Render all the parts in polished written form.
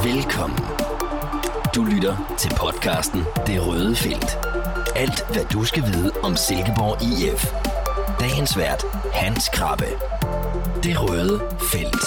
Velkommen. Du lytter til podcasten Det Røde Felt. Alt hvad du skal vide om Silkeborg IF. Dagens vært Hans Krabbe. Det Røde Felt.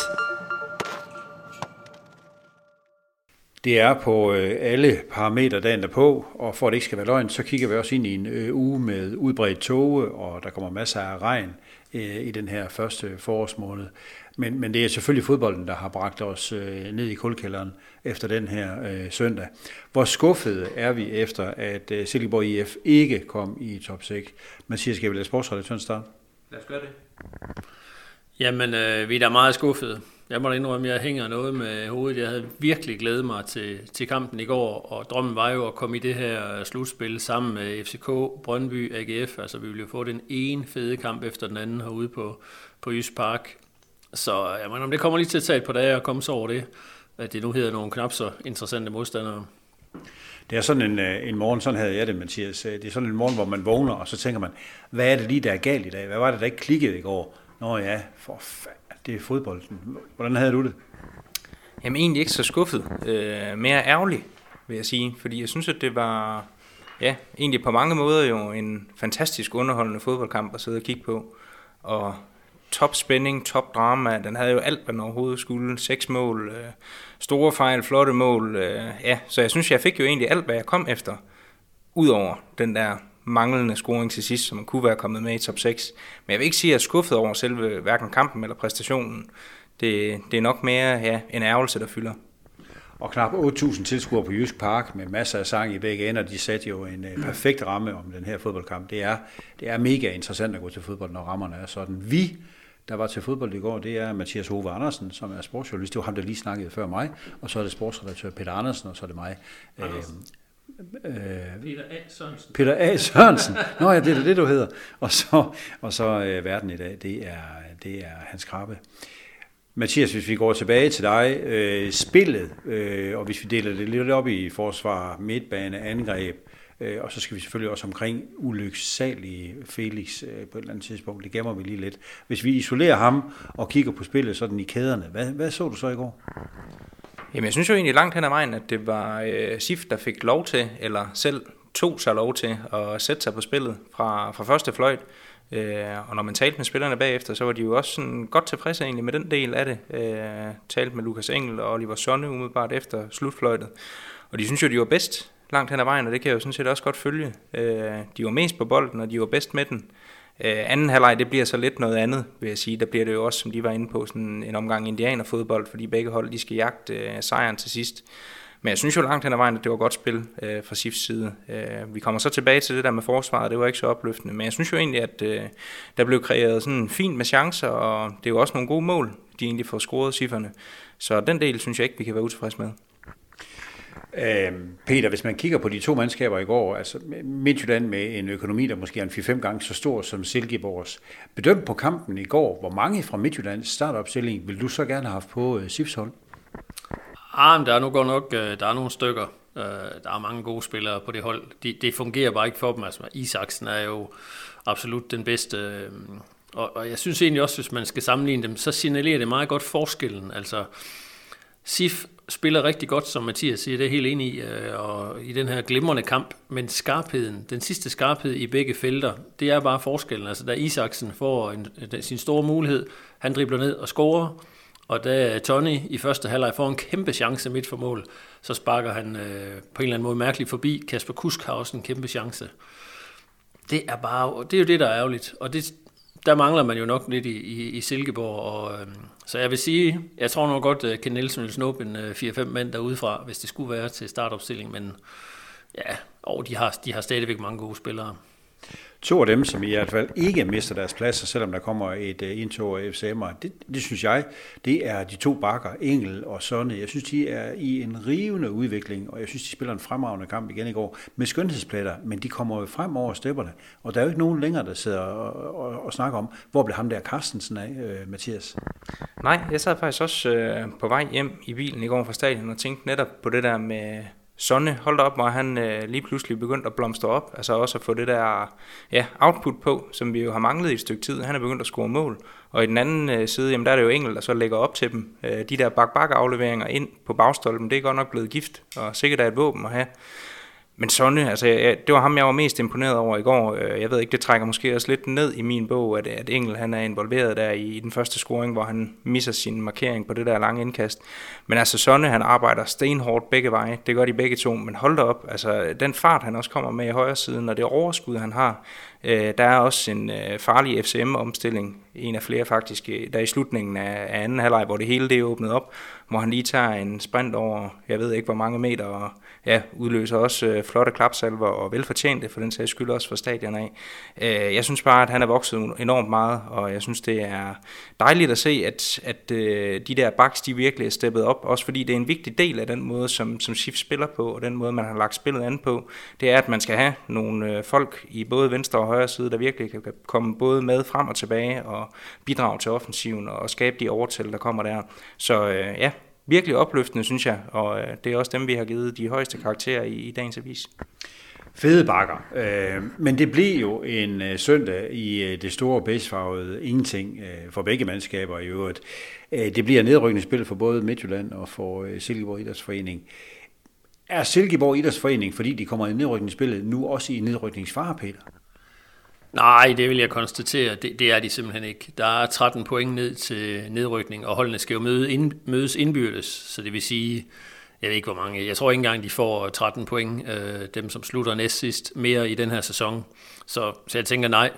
Det er på alle parametre dagen derpå, og for at det ikke skal være løgn, så kigger vi også ind i en uge med udbredt tåge, og der kommer masser af regn i den her første forårsmåned. Men det er selvfølgelig fodbolden, der har bragt os ned i kulkælderen efter den her søndag. Hvor skuffede er vi efter, at Silkeborg IF ikke kom i top 6? Mathias, skal vi lade sportsredaktøren starte? Lad os gøre det. Jamen, vi er da meget skuffede. Jeg må da indrømme, at jeg hænger noget med hovedet. Jeg havde virkelig glædet mig til kampen i går, og drømmen var jo at komme i det her slutspil sammen med FCK, Brøndby, AGF. Altså, vi ville jo få den ene fede kamp efter den anden herude på Jysk Park. Så jeg mener, om det kommer lige til at tage et par dage at komme så over det, at det nu hedder nogle knap så interessante modstandere. Det er sådan en morgen, sådan havde jeg det, Mathias. Det er sådan en morgen, hvor man vågner, og så tænker man, hvad er det lige, der er galt i dag? Hvad var det, der ikke klikkede i går? Nå ja, for fanden, det er fodbolden. Hvordan havde du det? Jamen egentlig ikke så skuffet. Mere ærgerlig, vil jeg sige. Fordi jeg synes, at det var egentlig på mange måder jo en fantastisk underholdende fodboldkamp at sidde og kigge på. Og top spænding, top drama. Den havde jo alt, hvad den overhovedet skulle. 6 mål, store fejl, flotte mål. Så jeg synes, jeg fik jo egentlig alt, hvad jeg kom efter. Udover den der manglende scoring til sidst, som man kunne være kommet med i top 6. Men jeg vil ikke sige, at jeg er skuffet over selve hverken kampen eller præstationen. Det er nok mere en ærgelse, der fylder. Og knap 8.000 tilskuere på Jysk Park med masser af sang i begge ender. De satte jo en perfekt ramme om den her fodboldkamp. Det er mega interessant at gå til fodbold, når rammerne er sådan. Vi, der var til fodbold i går, det er Mathias Hove Andersen, som er sportsjournalist. Det var ham, der lige snakkede før mig. Og så er det sportsredaktør Peter Andersen, og så er det mig. Peter A. Sørensen. Nå ja, det er det, du hedder. Og så verden i dag, det er Hans Krabbe. Mathias, hvis vi går tilbage til dig, spillet, og hvis vi deler det lidt op i forsvar, midtbane, angreb, og så skal vi selvfølgelig også omkring ulyksalige Felix på et eller andet tidspunkt. Det gemmer vi lige lidt. Hvis vi isolerer ham og kigger på spillet sådan i kæderne, hvad så du så i går? Jamen, jeg synes jo egentlig langt hen ad vejen, at det var SIF, der fik lov til, eller selv tog sig lov til at sætte sig på spillet fra første fløjt. Og når man talte med spillerne bagefter, så var de jo også sådan godt tilfredse egentlig med den del af det. Talte med Lukas Engel og Oliver Sonne umiddelbart efter slutfløjtet. Og de synes jo, de var bedst langt hen ad vejen, og det kan jeg jo sådan set også godt følge. De var mest på bolden, og de var bedst med den. Anden halvleg, det bliver så lidt noget andet, vil jeg sige. Der bliver det jo også, som de var inde på, sådan en omgang indianerfodbold, fordi begge hold, de skal jagte sejren til sidst. Men jeg synes jo langt hen ad vejen, at det var godt spil fra SIFs side. Vi kommer så tilbage til det der med forsvaret, det var ikke så opløftende. Men jeg synes jo egentlig, at der blev kreeret sådan fint med chancer, og det er jo også nogle gode mål, de egentlig får scoret SIFerne. Så den del synes jeg ikke, vi kan være utilfredse med. Peter, hvis man kigger på de to mandskaber i går, altså Midtjylland med en økonomi, der måske er en 4-5 gange så stor som Silkeborgs. Bedømt på kampen i går, hvor mange fra Midtjyllands startopstilling vil du så gerne have haft på SIFs hold? Men der er nu godt nok, der er nogle stykker. Der er mange gode spillere på det hold. Det fungerer bare ikke for dem. Altså, Isaksen er jo absolut den bedste. Og jeg synes egentlig også, hvis man skal sammenligne dem, så signalerer det meget godt forskellen. Altså, SIF spiller rigtig godt, som Mathias siger, det er helt enig i, og i den her glimrende kamp, men skarpheden, den sidste skarphed i begge felter, det er bare forskellen. Altså, da Isaksen får sin store mulighed, han dribler ned og scorer, og da Tony i første halvleg får en kæmpe chance midt for mål, så sparker han på en eller anden måde mærkeligt forbi. Kasper Kusk har også en kæmpe chance. Det er jo det, der er ærgerligt, og der mangler man jo nok lidt i Silkeborg, og så jeg vil sige, jeg tror nok godt, at Ken Nielsen vil snuppe en 4-5 mand derudefra, hvis det skulle være til startopstilling, men ja, de har stadigvæk mange gode spillere. To af dem, som i hvert fald ikke mister deres pladser, selvom der kommer et indtog af FCM'er, det synes jeg, det er de to bakker, Engel og Sonne. Jeg synes, de er i en rivende udvikling, og jeg synes, de spiller en fremragende kamp igen i går med skønhedspletter, men de kommer jo frem over stepperne, og der er jo ikke nogen længere, der sidder og snakker om, hvor blev ham der Carstensen af, Mathias? Nej, jeg sad faktisk også på vej hjem i bilen i går fra stadion og tænkte netop på det der Sonne, hold da op, hvor han lige pludselig begyndt at blomstre op, altså også at få det der output på, som vi jo har manglet i et stykke tid. Han er begyndt at score mål, og i den anden side, jamen der er det jo Engel, der så lægger op til dem. De der bak-afleveringer ind på bagstolpen, det er godt nok blevet gift, og sikkert er et våben at have. Men Sonne, altså det var ham, jeg var mest imponeret over i går. Jeg ved ikke, det trækker måske også lidt ned i min bog, at Engel han er involveret der i den første scoring, hvor han misser sin markering på det der lange indkast. Men altså Sonne, han arbejder stenhårdt begge veje. Det gør de begge to, men hold da op. Altså den fart, han også kommer med i højre siden, og det overskud, han har. Der er også en farlig FCM-omstilling, en af flere faktisk, der i slutningen af anden halvleg, hvor det hele det er åbnet op, hvor han lige tager en sprint over, jeg ved ikke hvor mange meter, og udløser også flotte klapsalver og velfortjente for den sags skyld også for stadion af. Jeg synes bare, at han er vokset enormt meget, og jeg synes, det er dejligt at se, at de der backs, de virkelig er steppet op, også fordi det er en vigtig del af den måde, som Schiff spiller på, og den måde, man har lagt spillet an på, det er, at man skal have nogle folk i både venstre og højre side, der virkelig kan komme både med frem og tilbage og bidrage til offensiven og skabe de overtal, der kommer der. Så virkelig opløftende, synes jeg, og det er også dem, vi har givet de højeste karakterer i dagens avis. Fede bakker. Men det blev jo en søndag i det store basefarvede ingenting for begge mandskaber i øvrigt. Det bliver nedrykningsspil for både Midtjylland og for Silkeborg Idrætsforening. Er Silkeborg Idrætsforening, fordi de kommer i nedrykningsspillet, nu også i nedrykningsfare, Peter? Nej, det vil jeg konstatere. Det er de simpelthen ikke. Der er 13 point ned til nedrykning, og holdene skal jo mødes indbyrdes. Så det vil sige, jeg ved ikke hvor mange, jeg tror ikke engang, de får 13 point, dem som slutter næst sidst, mere i den her sæson. Så jeg tænker nej,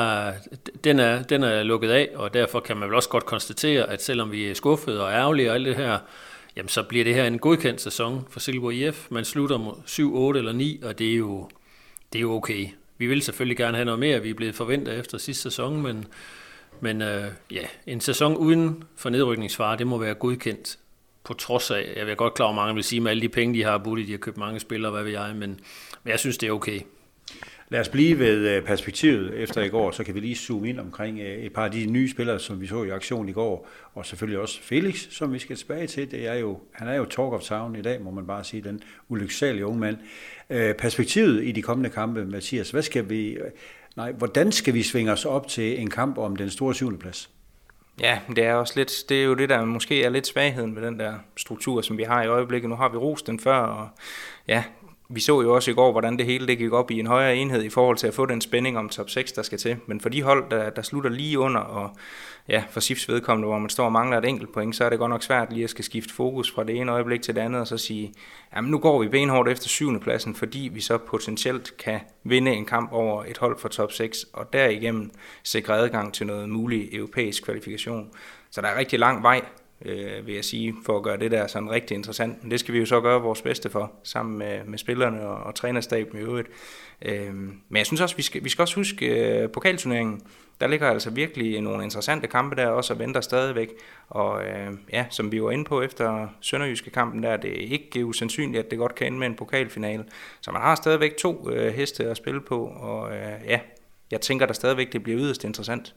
den er lukket af, og derfor kan man vel også godt konstatere, at selvom vi er skuffede og ærgerlige og alt det her, jamen så bliver det her en godkendt sæson for Silkeborg IF. Man slutter 7, 8 eller 9, og det er jo okay. Vi vil selvfølgelig gerne have noget mere, vi er blevet forventet efter sidste sæson, men en sæson uden for nedrykningsfare, det må være godkendt på trods af, jeg vil godt klare, mange vil sige med alle de penge, de har budt, de har købt mange spillere, hvad ved jeg, men jeg synes, det er okay. Lad os blive ved perspektivet efter i går, så kan vi lige zoome ind omkring et par af de nye spillere, som vi så i aktion i går, og selvfølgelig også Felix, som vi skal tilbage til. Han er jo talk of town i dag, må man bare sige, den ulyksalige unge mand. Perspektivet i de kommende kampe, Mathias, hvordan skal vi svinge os op til en kamp om den store 7. plads? Ja, det er også lidt, det er jo det, der måske er lidt svagheden med den der struktur, som vi har i øjeblikket. Nu har vi rost den før, og ja, vi så jo også i går, hvordan det hele det gik op i en højere enhed i forhold til at få den spænding om top 6, der skal til. Men for de hold, der slutter lige under, og ja, for Sifs vedkommende, hvor man står og mangler et enkelt point, så er det godt nok svært lige at skal skifte fokus fra det ene øjeblik til det andet, og så sige, jamen nu går vi benhårdt efter 7. pladsen, fordi vi så potentielt kan vinde en kamp over et hold for top 6, og derigennem sikre adgang til noget mulig europæisk kvalifikation. Så der er rigtig lang vej, vil jeg sige, for at gøre det der sådan rigtig interessant. Men det skal vi jo så gøre vores bedste for, sammen med spillerne og trænerstaben i øvrigt. Men jeg synes også, vi skal også huske pokalturneringen. Der ligger altså virkelig nogle interessante kampe der også, og venter stadigvæk. Og som vi var inde på efter Sønderjyske kampen der, det er ikke usandsynligt, at det godt kan ende med en pokalfinale. Så man har stadigvæk 2 heste at spille på, og jeg tænker, der stadigvæk det bliver yderst interessant.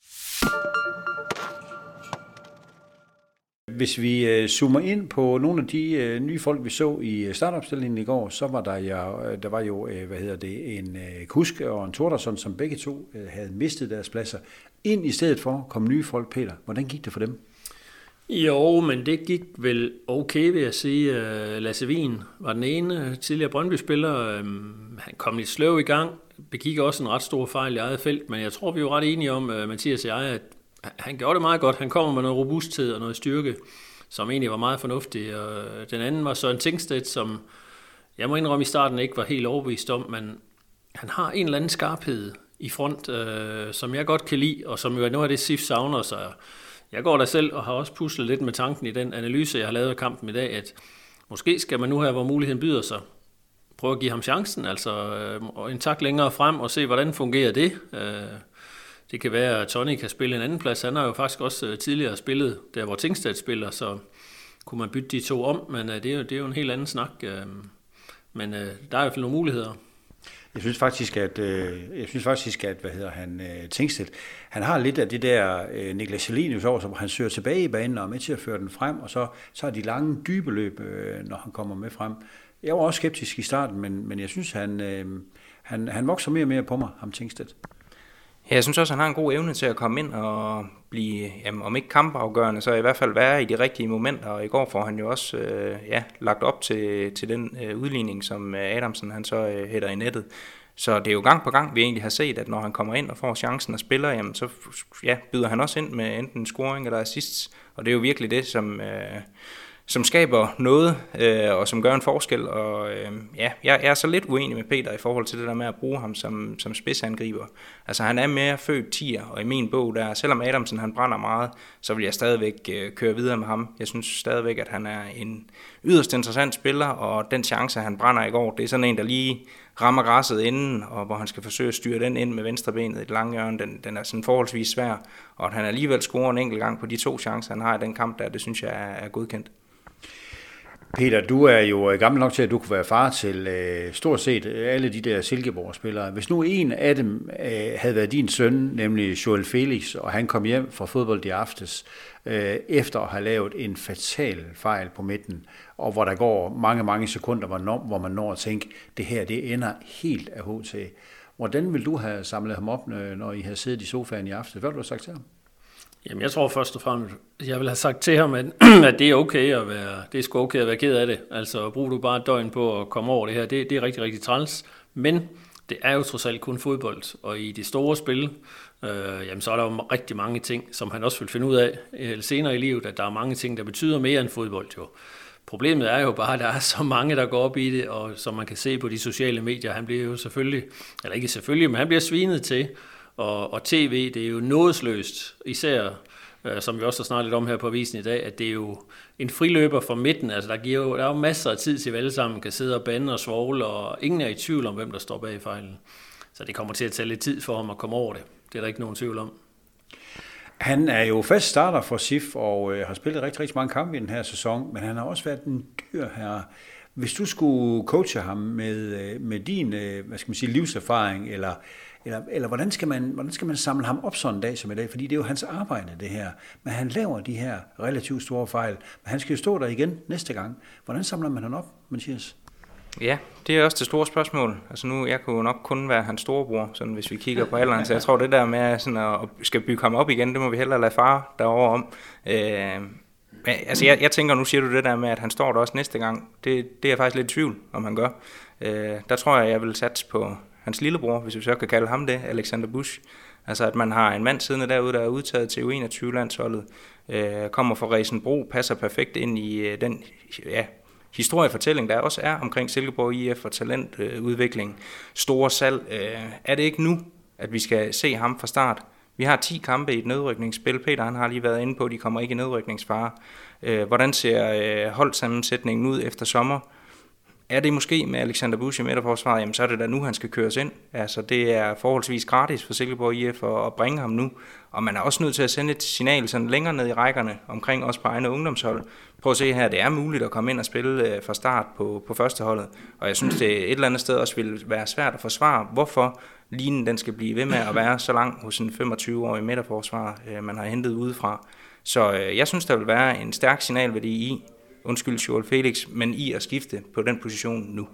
Hvis vi zoomer ind på nogle af de nye folk, vi så i startopstillingen i går, så var der var jo en Kusk og en Thordarson, som begge to havde mistet deres pladser. Ind i stedet for kom nye folk, Peter. Hvordan gik det for dem? Jo, men det gik vel okay, vil jeg sige. Lasse Wien var den ene tidligere Brøndby-spiller. Han kom lidt sløv i gang, begik også en ret stor fejl i eget felt, men jeg tror, vi var ret enige om, Mathias og jeg, at han gjorde det meget godt. Han kommer med noget robusthed og noget styrke, som egentlig var meget fornuftig. Og den anden var Søren Tingstedt, som jeg må indrømme i starten ikke var helt overbevist om, men han har en eller anden skarphed i front, som jeg godt kan lide, og som jo er noget af det, Sif savner. Så jeg går der selv og har også puslet lidt med tanken i den analyse, jeg har lavet af kampen i dag, at måske skal man nu her, hvor muligheden byder sig, prøve at give ham chancen, altså en tak længere frem og se, hvordan fungerer det. Det kan være, at Tony kan spille en anden plads. Han har jo faktisk også tidligere spillet der, hvor Tingstedt spiller, så kunne man bytte de to om, men det er jo en helt anden snak. Men der er i hvert fald nogle muligheder. Jeg synes faktisk, at Tingstedt, han har lidt af det der Niklas Helenius over, hvor han søger tilbage i banen og er med til at føre den frem, og så er de lange, dybe løb, når han kommer med frem. Jeg var også skeptisk i starten, men jeg synes, han vokser mere og mere på mig, ham Tingstedt. Ja, jeg synes også, han har en god evne til at komme ind og blive, om ikke kampafgørende, så i hvert fald være i de rigtige momenter. Og i går får han jo også lagt op til den udligning, som Adamsen han så hætter i nettet. Så det er jo gang på gang, vi egentlig har set, at når han kommer ind og får chancen og spiller, jamen, så byder han også ind med enten scoring eller assists. Og det er jo virkelig det, som skaber noget, og som gør en forskel. Og jeg er så lidt uenig med Peter i forhold til det der med at bruge ham som spidsangriber. Altså han er mere født 10'er, og i min bog der, selvom Adamsen han brænder meget, så vil jeg stadigvæk køre videre med ham. Jeg synes stadigvæk, at han er en yderst interessant spiller, og den chance, han brænder i går, det er sådan en, der lige rammer græsset inden, og hvor han skal forsøge at styre den ind med venstrebenet i et langt hjørne. Den er sådan forholdsvis svær, og at han alligevel scorer en enkelt gang på de 2 chancer, han har i den kamp der, det synes jeg er godkendt. Peter, du er jo gammel nok til, at du kunne være far til stort set alle de der Silkeborg-spillere. Hvis nu en af dem havde været din søn, nemlig Joel Felix, og han kom hjem fra fodbold i aftes, efter at have lavet en fatal fejl på midten, og hvor der går mange sekunder, hvor man når at tænke, det her det ender helt af HT. Hvordan vil du have samlet ham op, når I havde siddet i sofaen i aftes? Hvad vil du have sagt til ham? Jamen, jeg tror først og fremmest, jeg vil have sagt til ham, at det er okay at være, det er sgu okay at være ked af det. Altså, bruger du bare et døgn på at komme over det her, det er rigtig, rigtig træls. Men det er jo trods alt kun fodbold, og i det store spil, jamen, så er der jo rigtig mange ting, som han også vil finde ud af senere i livet, at der er mange ting, der betyder mere end fodbold jo. Problemet er jo bare, at der er så mange, der går op i det, og som man kan se på de sociale medier, han bliver jo selvfølgelig, eller ikke selvfølgelig, men han bliver svinet til. Og tv, det er jo nådesløst, især, som vi også har snakket lidt om her på avisen i dag, at det er jo en friløber fra midten. Altså der er jo masser af tid til, at vi alle sammen kan sidde og bande og svogle, og ingen er i tvivl om, hvem der står bag fejlen. Så det kommer til at tage lidt tid for ham at komme over det. Det er der ikke nogen tvivl om. Han er jo fast starter for SIF og har spillet rigtig, rigtig mange kampe i den her sæson, men han har også været en dyr her. Hvis du skulle coache ham med din livserfaring, eller hvordan skal man samle ham op sådan en dag som i dag? Fordi det er jo hans arbejde, det her. Men han laver de her relativt store fejl. Men han skal jo stå der igen næste gang. Hvordan samler man han op, Mathias? Ja, det er også det store spørgsmål. Altså nu, jeg kunne nok kun være hans storebror, sådan hvis vi kigger på alderen. Så jeg tror, det der med sådan at skal bygge ham op igen, det må vi hellere lade far derovre om. Altså jeg tænker, nu siger du det der med, at han står der også næste gang. Det er jeg faktisk lidt i tvivl, om han gør. Der tror jeg vil satse på hans lillebror, hvis vi så kan kalde ham det, Alexander Busch. Altså at man har en mand siddende derude, der er udtaget til U21-landsholdet, kommer fra Resenbro, passer perfekt ind i den historiefortælling, der også er omkring Silkeborg IF og talentudvikling, store salg. Er det ikke nu, at vi skal se ham fra start? Vi har 10 kampe i et nedrykningsspil. Peter han har lige været inde på, at de kommer ikke i nedrykningsfare. Hvordan ser holdsammensætningen ud efter sommer? Er det måske med Alexander Busch i midterforsvaret, jamen så er det da nu, han skal køres ind. Altså det er forholdsvis gratis for Silkeborg IF at bringe ham nu. Og man er også nødt til at sende et signal sådan længere ned i rækkerne omkring også på egne ungdomshold. Prøv at se her, det er muligt at komme ind og spille fra start på førsteholdet. Og jeg synes, det et eller andet sted også vil være svært at forsvare, hvorfor linjen den skal blive ved med at være så lang hos en 25-årig midterforsvar, man har hentet udefra. Så jeg synes, der vil være en stærk signalværdi i, Joel Felix, men i at skifte på den position nu.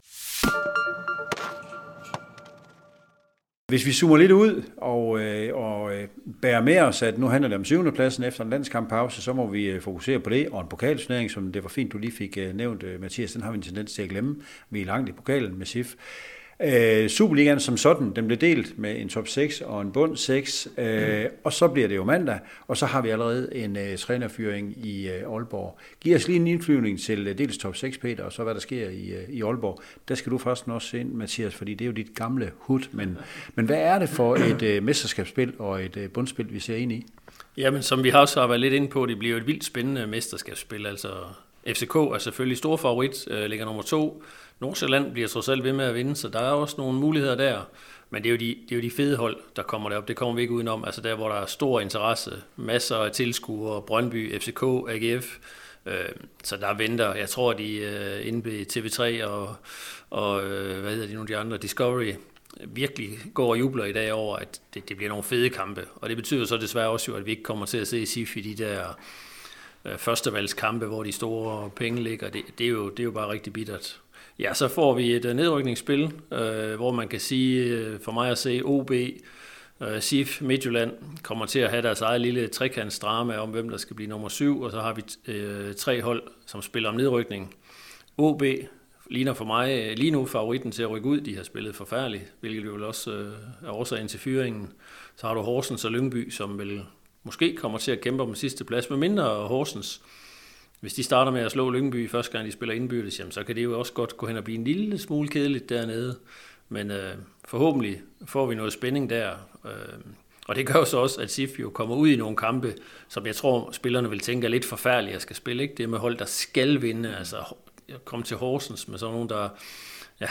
Hvis vi zoomer lidt ud og bærer med os, at nu handler det om 7. pladsen efter en landskamppause, så må vi fokusere på det, og en pokalturnering, som det var fint, du lige fik nævnt, Mathias, den har vi en tendens til at glemme. Vi er langt i pokalen med SIF. Superligaen som sådan, den blev delt med en top 6 og en bund 6, og så bliver det jo mandag, og så har vi allerede en trænerfyring i Aalborg. Giv os lige en indflyvning til dels top 6, Peter, og så hvad der sker i Aalborg. Der skal du først også ind, Mathias, fordi det er jo dit gamle hud, men hvad er det for et mesterskabsspil og et bundspil, vi ser ind i? Jamen, som vi også har været lidt inde på, det bliver et vildt spændende mesterskabsspil, altså FCK er selvfølgelig stor favorit, ligger nummer 2. Nordsjælland bliver trods alt ved med at vinde, så der er også nogle muligheder der. Men det er jo de fede hold, der kommer derop. Det kommer vi ikke udenom. Altså der, hvor der er stor interesse, masser af tilskuere, Brøndby, FCK, AGF. Så der venter, jeg tror, de inde ved TV3 og hvad hedder de nogle af de andre, Discovery, virkelig går og jubler i dag over, at det bliver nogle fede kampe. Og det betyder så desværre også jo, at vi ikke kommer til at se SIF i de der førstevalgskampe, hvor de store penge ligger. Det er jo bare rigtig bittert. Ja, så får vi et nedrykningsspil, hvor man kan sige, for mig at se, OB, SIF, Midtjylland kommer til at have deres eget lille trekantsdrama om, hvem der skal blive nummer 7, og så har vi 3 hold, som spiller om nedrykning. OB ligner for mig lige nu favoritten til at rykke ud. De har spillet forfærdeligt, hvilket jo også er årsagen til fyringen. Så har du Horsens og Lyngby, som vel måske kommer til at kæmpe om den sidste plads, med mindre Horsens. Hvis de starter med at slå Lyngby første gang, de spiller indbyrdes, jamen, så kan det jo også godt gå hen og blive en lille smule kedeligt dernede. Men forhåbentlig får vi noget spænding der. Og det gør jo så også, at SIF jo kommer ud i nogle kampe, som jeg tror, spillerne vil tænke er lidt forfærdelige at skal spille. Ikke? Det er med hold, der skal vinde. Altså komme til Horsens med sådan nogen, der... Ja,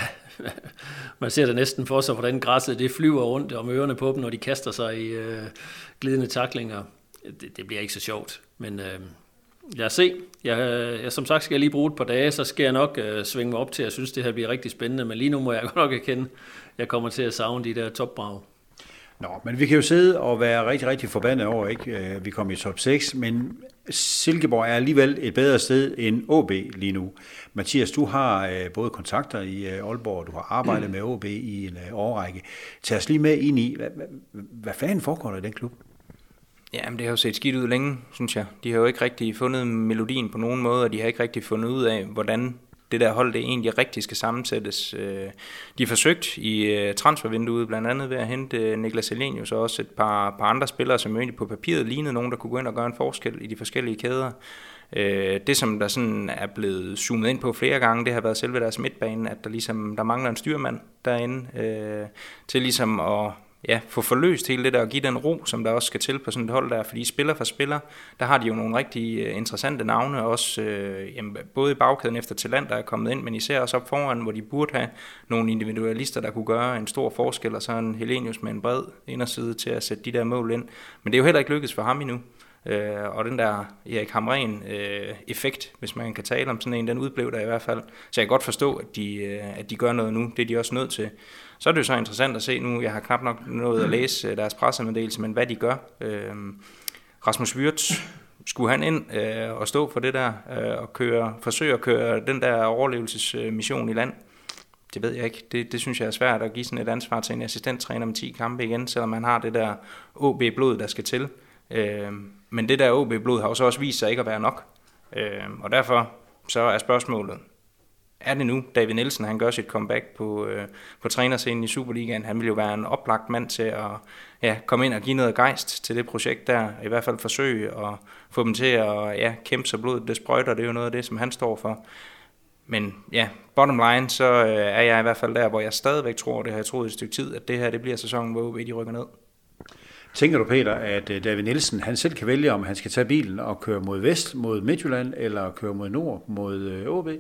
man ser det næsten for sig, hvordan græsset det flyver rundt om ørerne på dem, når de kaster sig i glidende tacklinger. Det bliver ikke så sjovt, men lad os se. Jeg som sagt skal jeg lige bruge et par dage, så skal jeg nok svinge mig op til, at jeg synes, det her bliver rigtig spændende, men lige nu må jeg godt nok erkende, at jeg kommer til at savne de der topbrag. Nå, men vi kan jo sidde og være rigtig, rigtig forbandet over, ikke? Vi kommer i top 6, men Silkeborg er alligevel et bedre sted end OB lige nu. Mathias, du har både kontakter i Aalborg, du har arbejdet med OB i en årrække. Tag os lige med ind i, hvad fanden foregår der i den klub? Jamen, det har jo set skidt ud længe, synes jeg. De har jo ikke rigtig fundet melodien på nogen måde, og de har ikke rigtig fundet ud af, hvordan det der hold, det egentlig rigtig skal sammensættes. De har forsøgt i transfervinduet, blandt andet ved at hente Niklas Elenius og også et par andre spillere, som egentlig på papiret lignede nogen, der kunne gå ind og gøre en forskel i de forskellige kæder. Det, som der sådan er blevet zoomet ind på flere gange, det har været selve deres midtbane, at der mangler en styrmand derinde til ligesom at få forløst hele det der og give den ro, som der også skal til på sådan et hold der, fordi spiller for spiller, der har de jo nogle rigtig interessante navne, også både i bagkæden efter talent, der er kommet ind, men især også op foran, hvor de burde have nogle individualister, der kunne gøre en stor forskel, og så en Helenius med en bred inderside til at sætte de der mål ind. Men det er jo heller ikke lykkedes for ham endnu. Og den der Erik Hamrén effekt, hvis man kan tale om sådan en, den udblev der i hvert fald. Så jeg kan godt forstå, at de gør noget nu, det er de også nødt til. Så er det jo så interessant at se nu, jeg har knap nok nået at læse deres pressemeddelelse, men hvad de gør. Rasmus Wirtz, skulle han ind og stå for det der, og forsøge at køre den der overlevelsesmission i land? Det ved jeg ikke. Det synes jeg er svært at give sådan et ansvar til en assistenttræner med 10 kampe igen, selvom man har det der OB-blod, der skal til. Men det der OB-blod har jo så også vist sig ikke at være nok. Og derfor så er spørgsmålet, er det nu, David Nielsen, han gør sit comeback på trænerscenen i Superligaen? Han vil jo være en oplagt mand til at komme ind og give noget gejst til det projekt der. I hvert fald forsøge at få dem til at kæmpe sig blodet. Det sprøjter, det er jo noget af det, som han står for. Men bottom line, så er jeg i hvert fald der, hvor jeg stadigvæk tror, det har jeg troet et stykke tid, at det her det bliver sæsonen, hvor OB de rykker ned. Tænker du, Peter, at David Nielsen, han selv kan vælge, om han skal tage bilen og køre mod vest, mod Midtjylland, eller køre mod nord, mod OB?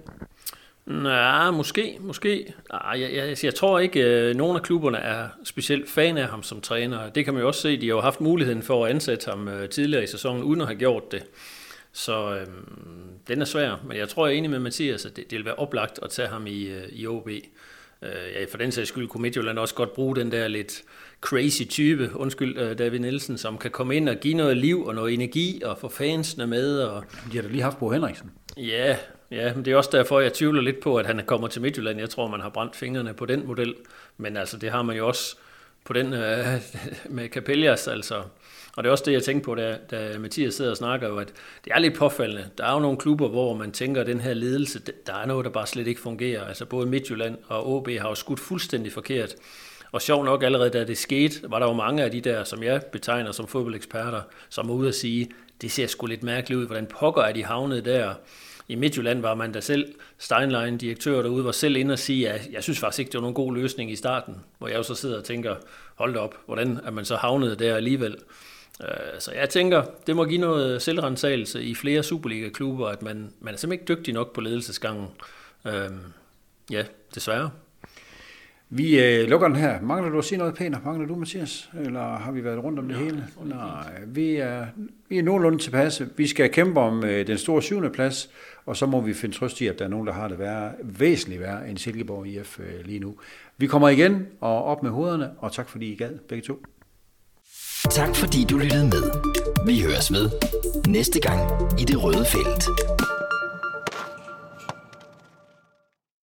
Nej, måske. Jeg tror ikke, at nogen af klubberne er specielt fan af ham som træner. Det kan man jo også se. De har jo haft muligheden for at ansætte ham tidligere i sæsonen, uden at have gjort det. Så den er svær. Men jeg tror, jeg er enig med Mathias, at det vil være oplagt at tage ham i OB. For den sags skyld kunne Midtjylland også godt bruge den der lidt crazy type, David Nielsen, som kan komme ind og give noget liv og noget energi og få fansene med. Og... De har da lige haft Bo Henriksen. Ja, men det er også derfor, jeg tvivler lidt på, at han kommer til Midtjylland. Jeg tror, man har brændt fingrene på den model. Men altså, det har man jo også på den med Capellas, altså. Og det er også det, jeg tænkte på, da Mathias sidder og snakker, jo, at det er lidt påfaldende. Der er jo nogle klubber, hvor man tænker, at den her ledelse, der er noget, der bare slet ikke fungerer. Altså både Midtjylland og OB har jo skudt fuldstændig forkert. Og sjovt nok, allerede da det skete, var der jo mange af de der, som jeg betegner som fodboldeksperter, som var ude at sige, det ser sgu lidt mærkeligt ud, hvordan pokker er de havnet der. I Midtjylland var man da selv, Steinlein, direktør derude, var selv inde og sige, at jeg synes faktisk ikke, det var nogen god løsning i starten. Hvor jeg jo så sidder og tænker, hold da op, hvordan er man så havnet der alligevel? Så jeg tænker, det må give noget selvrensagelse i flere Superliga-klubber, at man er simpelthen ikke dygtig nok på ledelsesgangen. Desværre. Vi lukker den her. Mangler du at sige noget pænt? Mangler du, Mathias? Eller har vi været rundt om det hele? Nej, vi er nogenlunde tilpasse. Vi skal kæmpe om den store 7. plads, og så må vi finde trøst i, at der er nogen, der har det væsentligt værre end Silkeborg IF lige nu. Vi kommer igen og op med hovederne, og tak fordi I gad, begge to. Tak fordi du lyttede med. Vi høres ved næste gang i Det Røde Felt.